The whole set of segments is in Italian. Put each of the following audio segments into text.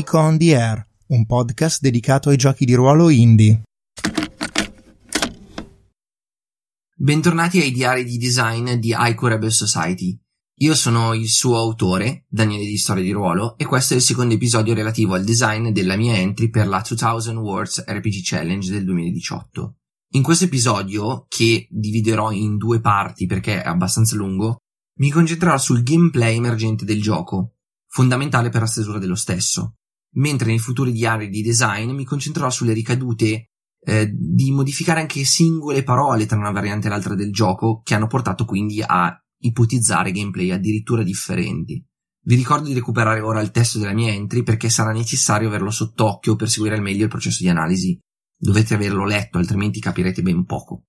Nico on the Air, un podcast dedicato ai giochi di ruolo indie. Bentornati ai diari di design di Haiku Rebel Society. Io sono il suo autore, Daniele di Storia di Ruolo, e questo è il secondo episodio relativo al design della mia entry per la 2000 Words RPG Challenge del 2018. In questo episodio, che dividerò in due parti perché è abbastanza lungo, mi concentrerò sul gameplay emergente del gioco, fondamentale per la stesura dello stesso, mentre nei futuri diari di design mi concentrerò sulle ricadute di modificare anche singole parole tra una variante e l'altra del gioco, che hanno portato quindi a ipotizzare gameplay addirittura differenti. Vi ricordo di recuperare ora il testo della mia entry perché sarà necessario averlo sott'occhio per seguire al meglio il processo di analisi. Dovete averlo letto, altrimenti capirete ben poco.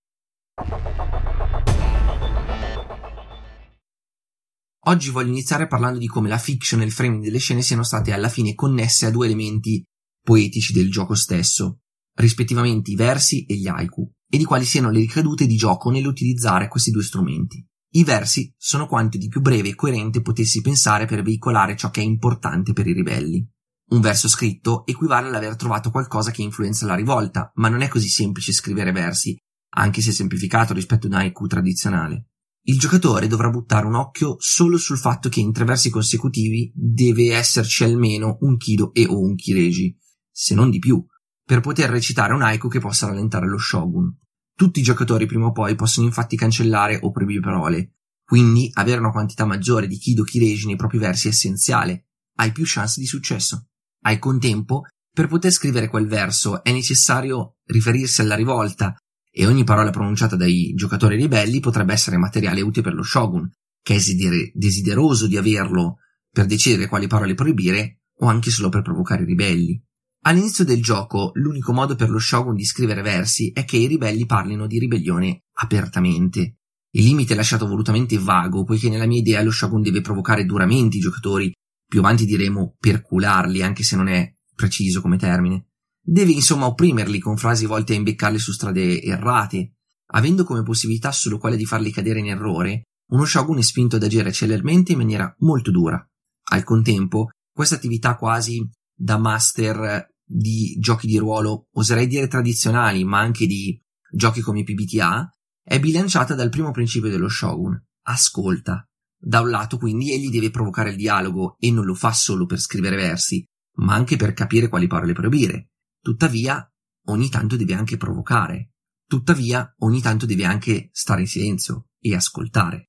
Oggi voglio iniziare parlando di come la fiction e il framing delle scene siano state alla fine connesse a due elementi poetici del gioco stesso, rispettivamente i versi e gli haiku, e di quali siano le ricadute di gioco nell'utilizzare questi due strumenti. I versi sono quanto di più breve e coerente potessi pensare per veicolare ciò che è importante per i ribelli. Un verso scritto equivale all'aver trovato qualcosa che influenza la rivolta, ma non è così semplice scrivere versi, anche se semplificato rispetto a un haiku tradizionale. Il giocatore dovrà buttare un occhio solo sul fatto che in 3 versi consecutivi deve esserci almeno un kido e o un kireji, se non di più, per poter recitare un haiku che possa rallentare lo shogun. Tutti i giocatori prima o poi possono infatti cancellare o proibire parole, quindi avere una quantità maggiore di kido kireji nei propri versi è essenziale. Hai più chance di successo. Al contempo, per poter scrivere quel verso è necessario riferirsi alla rivolta, e ogni parola pronunciata dai giocatori ribelli potrebbe essere materiale utile per lo shogun, che è desideroso di averlo per decidere quali parole proibire o anche solo per provocare i ribelli. All'inizio del gioco, l'unico modo per lo shogun di scrivere versi è che i ribelli parlino di ribellione apertamente. Il limite è lasciato volutamente vago, poiché nella mia idea lo shogun deve provocare duramente i giocatori, più avanti diremo percularli, anche se non è preciso come termine. Deve insomma opprimerli con frasi volte a imbeccarli su strade errate. Avendo come possibilità solo quella di farli cadere in errore, uno shogun è spinto ad agire celermente in maniera molto dura. Al contempo, questa attività quasi da master di giochi di ruolo, oserei dire tradizionali, ma anche di giochi come PBTA, è bilanciata dal primo principio dello shogun: ascolta. Da un lato quindi egli deve provocare il dialogo e non lo fa solo per scrivere versi, ma anche per capire quali parole proibire. Tuttavia, ogni tanto deve anche provocare. Tuttavia, ogni tanto deve anche stare in silenzio e ascoltare.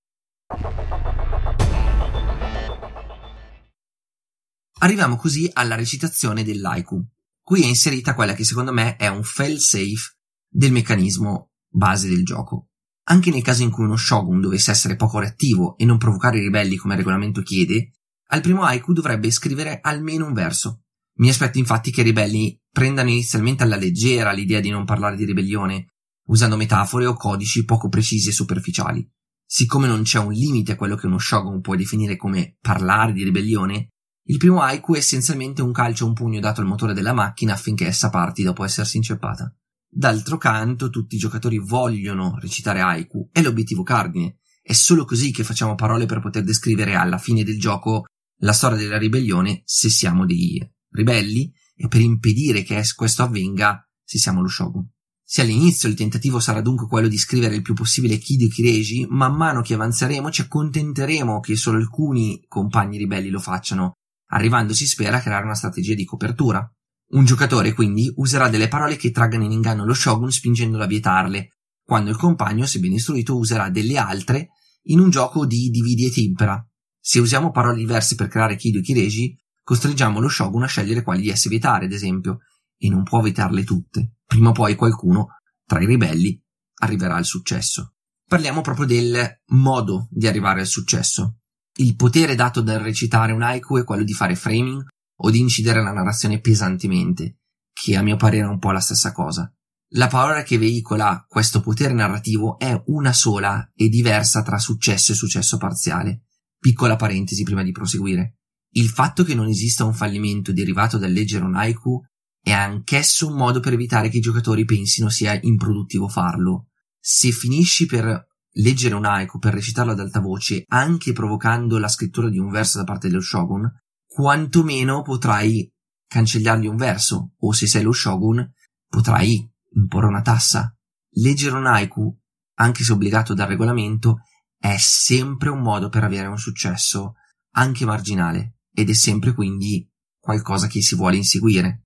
Arriviamo così alla recitazione dell'haiku. Qui è inserita quella che secondo me è un fail-safe del meccanismo base del gioco. Anche nel caso in cui uno shogun dovesse essere poco reattivo e non provocare i ribelli come il regolamento chiede, al primo haiku dovrebbe scrivere almeno un verso. Mi aspetto infatti che i ribelli prendano inizialmente alla leggera l'idea di non parlare di ribellione, usando metafore o codici poco precisi e superficiali. Siccome non c'è un limite a quello che uno shogun può definire come parlare di ribellione, il primo haiku è essenzialmente un calcio o un pugno dato al motore della macchina affinché essa parti dopo essersi inceppata. D'altro canto, tutti i giocatori vogliono recitare haiku, è l'obiettivo cardine. È solo così che facciamo parole per poter descrivere alla fine del gioco la storia della ribellione se siamo dei ribelli, e per impedire che questo avvenga se siamo lo shogun. Se all'inizio il tentativo sarà dunque quello di scrivere il più possibile kido kireji, man mano che avanzeremo ci accontenteremo che solo alcuni compagni ribelli lo facciano, arrivando si spera a creare una strategia di copertura. Un giocatore quindi userà delle parole che traggano in inganno lo shogun spingendolo a vietarle, quando il compagno, se ben istruito, userà delle altre in un gioco di dividi e timpera. Se usiamo parole diverse per creare kido kireji, costringiamo lo shogun a scegliere quali di esse vietare, ad esempio, e non può vietarle tutte. Prima o poi qualcuno, tra i ribelli, arriverà al successo. Parliamo proprio del modo di arrivare al successo. Il potere dato dal recitare un haiku è quello di fare framing o di incidere la narrazione pesantemente, che a mio parere è un po' la stessa cosa. La parola che veicola questo potere narrativo è una sola e diversa tra successo e successo parziale. Piccola parentesi prima di proseguire. Il fatto che non esista un fallimento derivato dal leggere un haiku è anch'esso un modo per evitare che i giocatori pensino sia improduttivo farlo. Se finisci per leggere un haiku, per recitarlo ad alta voce, anche provocando la scrittura di un verso da parte dello shogun, quantomeno potrai cancellargli un verso, o se sei lo shogun potrai imporre una tassa. Leggere un haiku, anche se obbligato dal regolamento, è sempre un modo per avere un successo anche marginale, ed è sempre quindi qualcosa che si vuole inseguire.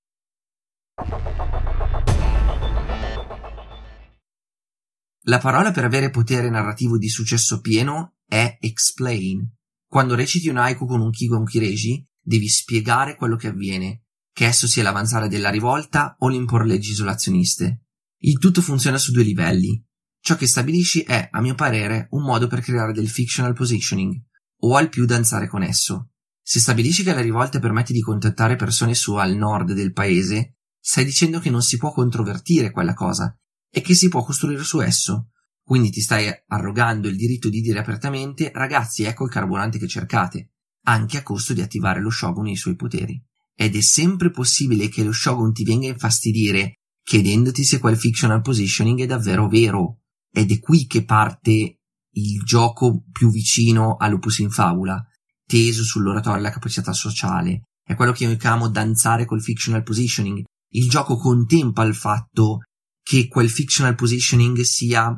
La parola per avere potere narrativo di successo pieno è explain. Quando reciti un haiku con un kigo e un kireji, devi spiegare quello che avviene, che esso sia l'avanzare della rivolta o l'imporre leggi isolazioniste. Il tutto funziona su 2 livelli. Ciò che stabilisci è, a mio parere, un modo per creare del fictional positioning, o al più danzare con esso. Se stabilisci che la rivolta permette di contattare persone su al nord del paese, stai dicendo che non si può controvertire quella cosa e che si può costruire su esso. Quindi ti stai arrogando il diritto di dire apertamente: ragazzi, ecco il carburante che cercate, anche a costo di attivare lo shogun e i suoi poteri. Ed è sempre possibile che lo shogun ti venga a infastidire chiedendoti se quel fictional positioning è davvero vero. Ed è qui che parte il gioco più vicino all'opus in fabula, teso sull'oratorio e la capacità sociale. È quello che io chiamo danzare col fictional positioning. Il gioco contempla il fatto che quel fictional positioning sia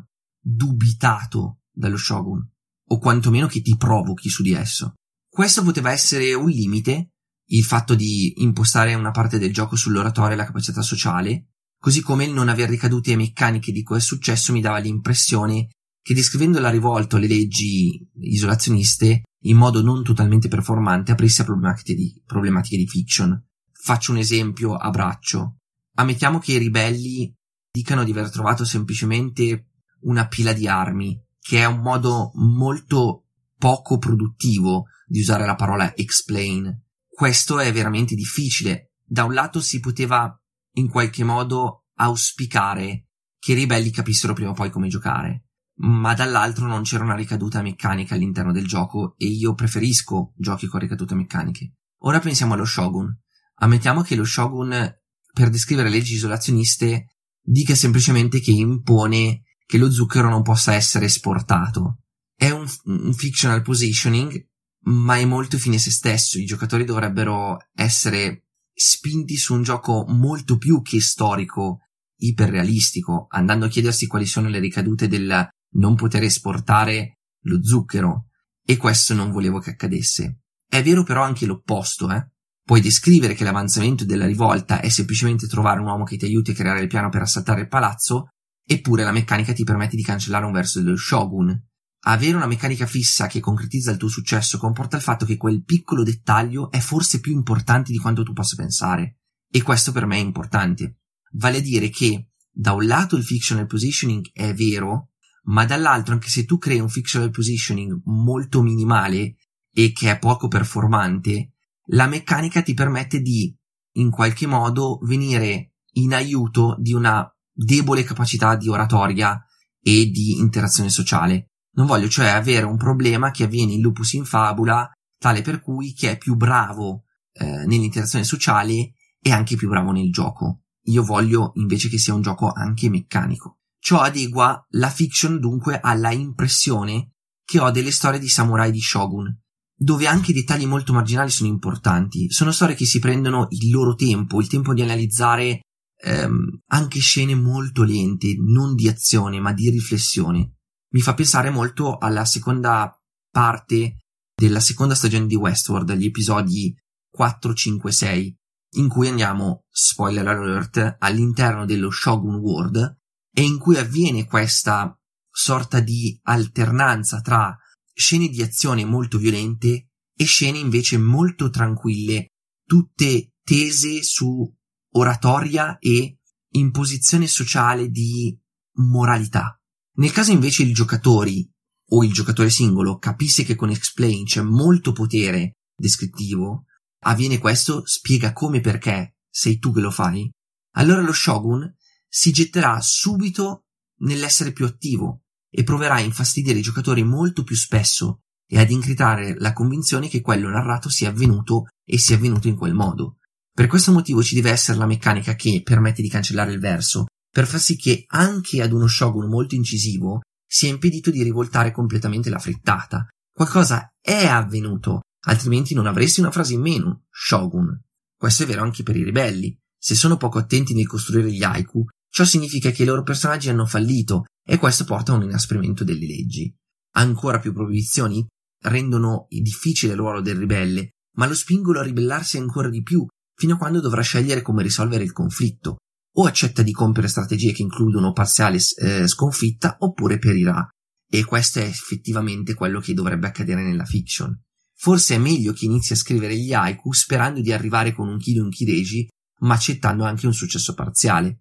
dubitato dallo shogun, o quantomeno che ti provochi su di esso. Questo poteva essere un limite, il fatto di impostare una parte del gioco sull'oratorio e la capacità sociale, così come il non aver ricadute meccaniche di quel successo mi dava l'impressione che descrivendo la rivolta o le leggi isolazioniste in modo non totalmente performante aprisse a problematiche di fiction. Faccio un esempio a braccio. Ammettiamo che i ribelli dicano di aver trovato semplicemente una pila di armi, che è un modo molto poco produttivo di usare la parola explain. Questo è veramente difficile. Da un lato si poteva in qualche modo auspicare che i ribelli capissero prima o poi come giocare, ma dall'altro non c'era una ricaduta meccanica all'interno del gioco e io preferisco giochi con ricadute meccaniche. Ora pensiamo allo shogun. Ammettiamo che lo shogun, per descrivere leggi isolazioniste, dica semplicemente che impone che lo zucchero non possa essere esportato. È un fictional positioning, ma è molto fine a se stesso. I giocatori dovrebbero essere spinti su un gioco molto più che storico, iperrealistico, andando a chiedersi quali sono le ricadute del non poter esportare lo zucchero, e questo non volevo che accadesse. È vero però anche l'opposto, Puoi descrivere che l'avanzamento della rivolta è semplicemente trovare un uomo che ti aiuti a creare il piano per assaltare il palazzo, eppure la meccanica ti permette di cancellare un verso dello shogun. Avere una meccanica fissa che concretizza il tuo successo comporta il fatto che quel piccolo dettaglio è forse più importante di quanto tu possa pensare, e questo per me è importante. Vale a dire che da un lato il fictional positioning è vero, ma dall'altro anche se tu crei un fictional positioning molto minimale e che è poco performante, la meccanica ti permette di in qualche modo venire in aiuto di una debole capacità di oratoria e di interazione sociale. Non voglio cioè avere un problema che avviene in lupus in fabula, tale per cui chi è più bravo nell'interazione sociale è anche più bravo nel gioco. Io voglio invece che sia un gioco anche meccanico. Ciò adegua la fiction dunque alla impressione che ho delle storie di samurai di shogun, dove anche i dettagli molto marginali sono importanti. Sono storie che si prendono il loro tempo, il tempo di analizzare anche scene molto lente, non di azione ma di riflessione. Mi fa pensare molto alla seconda parte della seconda stagione di Westworld, gli episodi 4, 5, 6, in cui andiamo, spoiler alert, all'interno dello Shogun World e in cui avviene questa sorta di alternanza tra scene di azione molto violente e scene invece molto tranquille, tutte tese su oratoria e imposizione sociale di moralità. Nel caso invece i giocatori o il giocatore singolo capisse che con Explain c'è molto potere descrittivo, avviene questo, spiega come e perché, sei tu che lo fai, allora lo Shogun si getterà subito nell'essere più attivo e proverà a infastidire i giocatori molto più spesso e ad incritare la convinzione che quello narrato sia avvenuto e sia avvenuto in quel modo. Per questo motivo ci deve essere la meccanica che permette di cancellare il verso, per far sì che anche ad uno shogun molto incisivo sia impedito di rivoltare completamente la frittata. Qualcosa è avvenuto, altrimenti non avresti una frase in meno, shogun. Questo è vero anche per i ribelli. Se sono poco attenti nel costruire gli haiku, ciò significa che i loro personaggi hanno fallito e questo porta a un inasprimento delle leggi. Ancora più proibizioni rendono difficile il ruolo del ribelle, ma lo spingono a ribellarsi ancora di più, fino a quando dovrà scegliere come risolvere il conflitto. O accetta di compiere strategie che includono parziale sconfitta, oppure perirà. E questo è effettivamente quello che dovrebbe accadere nella fiction. Forse è meglio che inizi a scrivere gli haiku sperando di arrivare con un Kido e un Kireji, ma accettando anche un successo parziale.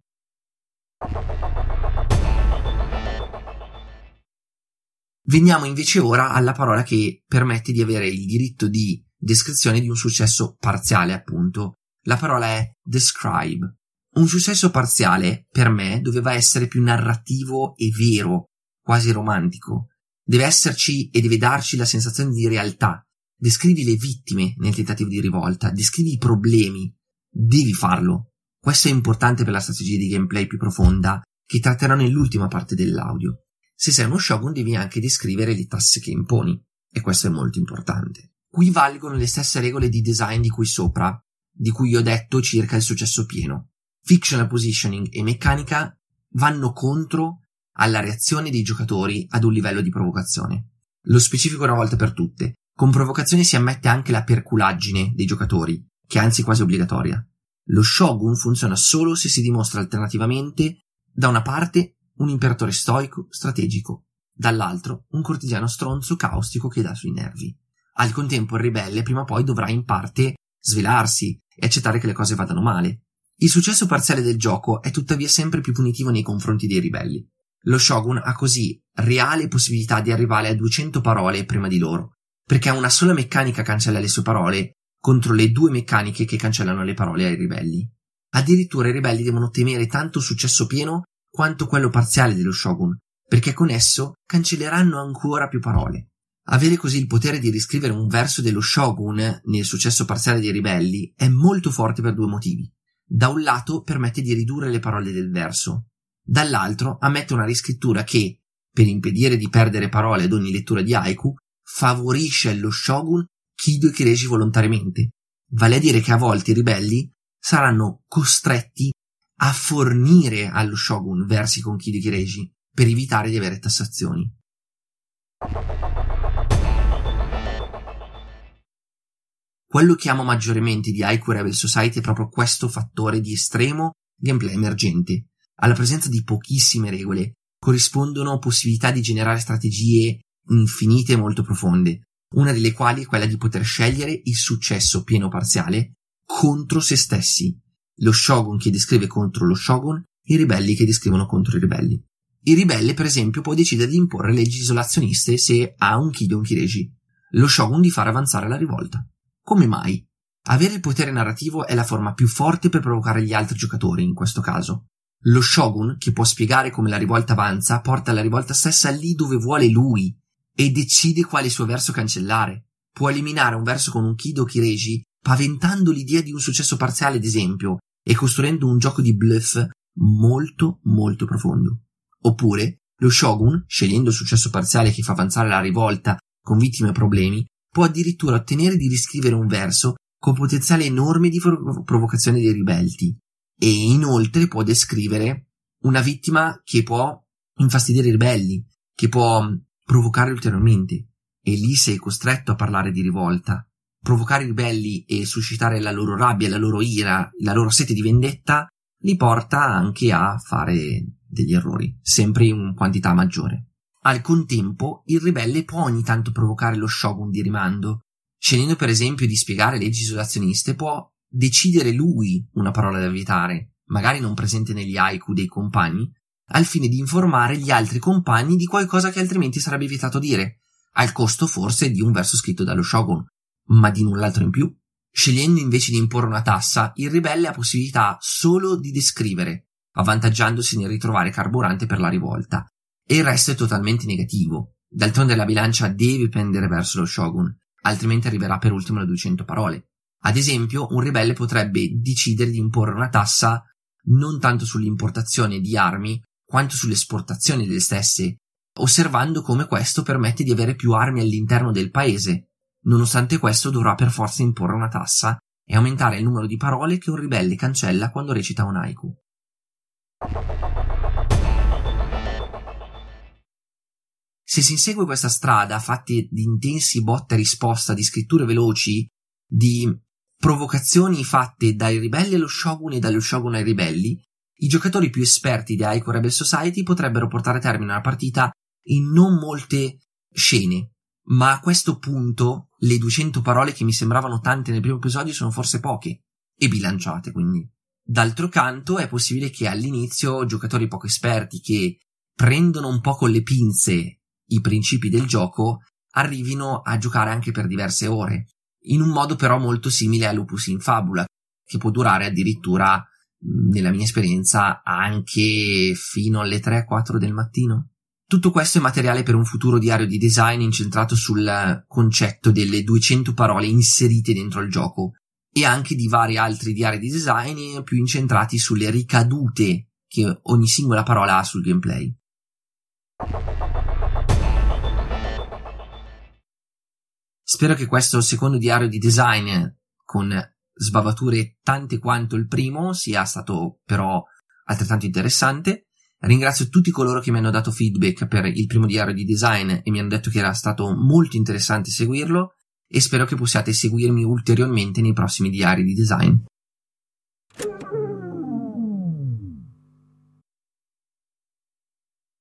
Veniamo invece ora alla parola che permette di avere il diritto di descrizione di un successo parziale, appunto. La parola è describe. Un successo parziale, per me, doveva essere più narrativo e vero, quasi romantico. Deve esserci e deve darci la sensazione di realtà. Descrivi le vittime nel tentativo di rivolta, descrivi i problemi. Devi farlo. Questo è importante per la strategia di gameplay più profonda, che tratterò nell'ultima parte dell'audio. Se sei uno shogun devi anche descrivere le tasse che imponi, e questo è molto importante. Qui valgono le stesse regole di design di cui sopra, di cui ho detto circa il successo pieno. Fictional positioning e meccanica vanno contro alla reazione dei giocatori ad un livello di provocazione. Lo specifico una volta per tutte. Con provocazione si ammette anche la perculaggine dei giocatori, che è anzi quasi obbligatoria. Lo shogun funziona solo se si dimostra alternativamente, da una parte, un imperatore stoico, strategico, dall'altro, un cortigiano stronzo, caustico che dà sui nervi. Al contempo il ribelle prima o poi dovrà in parte svelarsi e accettare che le cose vadano male. Il successo parziale del gioco è tuttavia sempre più punitivo nei confronti dei ribelli. Lo shogun ha così reale possibilità di arrivare a 200 parole prima di loro, perché una sola meccanica cancella le sue parole contro le 2 meccaniche che cancellano le parole ai ribelli. Addirittura i ribelli devono temere tanto il successo pieno quanto quello parziale dello shogun, perché con esso cancelleranno ancora più parole. Avere così il potere di riscrivere un verso dello shogun nel successo parziale dei ribelli è molto forte per 2 motivi. Da un lato permette di ridurre le parole del verso, dall'altro ammette una riscrittura che, per impedire di perdere parole ad ogni lettura di haiku, favorisce lo shogun Kido e Kireji volontariamente, vale a dire che a volte i ribelli saranno costretti a fornire allo shogun versi con Kido e Kireji per evitare di avere tassazioni. Quello che amo maggiormente di Haiku Rebel Society è proprio questo fattore di estremo gameplay emergente. Alla presenza di pochissime regole corrispondono possibilità di generare strategie infinite e molto profonde, una delle quali è quella di poter scegliere il successo pieno o parziale contro se stessi, lo shogun che descrive contro lo shogun, i ribelli che descrivono contro i ribelli. Il ribelle, per esempio, può decidere di imporre leggi isolazioniste se ha un Kido e un Kireji, lo shogun di far avanzare la rivolta. Come mai? Avere il potere narrativo è la forma più forte per provocare gli altri giocatori in questo caso. Lo shogun, che può spiegare come la rivolta avanza, porta la rivolta stessa lì dove vuole lui e decide quale suo verso cancellare. Può eliminare un verso con un Kido o Kireji paventando l'idea di un successo parziale, ad esempio, e costruendo un gioco di bluff molto molto profondo. Oppure lo shogun, scegliendo il successo parziale che fa avanzare la rivolta con vittime e problemi, può addirittura ottenere di riscrivere un verso con potenziale enorme di provocazione dei ribelli e inoltre può descrivere una vittima che può infastidire i ribelli, che può provocare ulteriormente, e lì sei costretto a parlare di rivolta. Provocare i ribelli e suscitare la loro rabbia, la loro ira, la loro sete di vendetta li porta anche a fare degli errori, sempre in quantità maggiore. Al contempo, il ribelle può ogni tanto provocare lo shogun di rimando. Scegliendo per esempio di spiegare leggi isolazioniste, può decidere lui una parola da evitare, magari non presente negli haiku dei compagni, al fine di informare gli altri compagni di qualcosa che altrimenti sarebbe evitato dire, al costo forse di un verso scritto dallo shogun, ma di null'altro in più. Scegliendo invece di imporre una tassa, il ribelle ha possibilità solo di descrivere, avvantaggiandosi nel ritrovare carburante per la rivolta, e il resto è totalmente negativo. D'altronde la bilancia deve pendere verso lo shogun, altrimenti arriverà per ultimo alle 200 parole. Ad esempio, un ribelle potrebbe decidere di imporre una tassa non tanto sull'importazione di armi quanto sull'esportazione delle stesse, osservando come questo permette di avere più armi all'interno del paese, Nonostante questo dovrà per forza imporre una tassa e aumentare il numero di parole che un ribelle cancella quando recita un haiku. Se si insegue questa strada fatta di intensi botta e risposta, di scritture veloci, di provocazioni fatte dai ribelli allo shogun e dallo shogun ai ribelli, i giocatori più esperti di Haiku Rebel Society potrebbero portare a termine una partita in non molte scene, ma a questo punto le 200 parole che mi sembravano tante nel primo episodio sono forse poche e bilanciate, quindi. D'altro canto è possibile che all'inizio giocatori poco esperti che prendono un po' con le pinze i principi del gioco arrivino a giocare anche per diverse ore, in un modo però molto simile a Lupus in Fabula, che può durare addirittura, nella mia esperienza, anche fino alle 3-4 del mattino. Tutto questo è materiale per un futuro diario di design incentrato sul concetto delle 200 parole inserite dentro il gioco, e anche di vari altri diari di design più incentrati sulle ricadute che ogni singola parola ha sul gameplay. Spero che questo secondo diario di design, con sbavature tante quanto il primo, sia stato però altrettanto interessante. Ringrazio tutti coloro che mi hanno dato feedback per il primo diario di design e mi hanno detto che era stato molto interessante seguirlo, e spero che possiate seguirmi ulteriormente nei prossimi diari di design.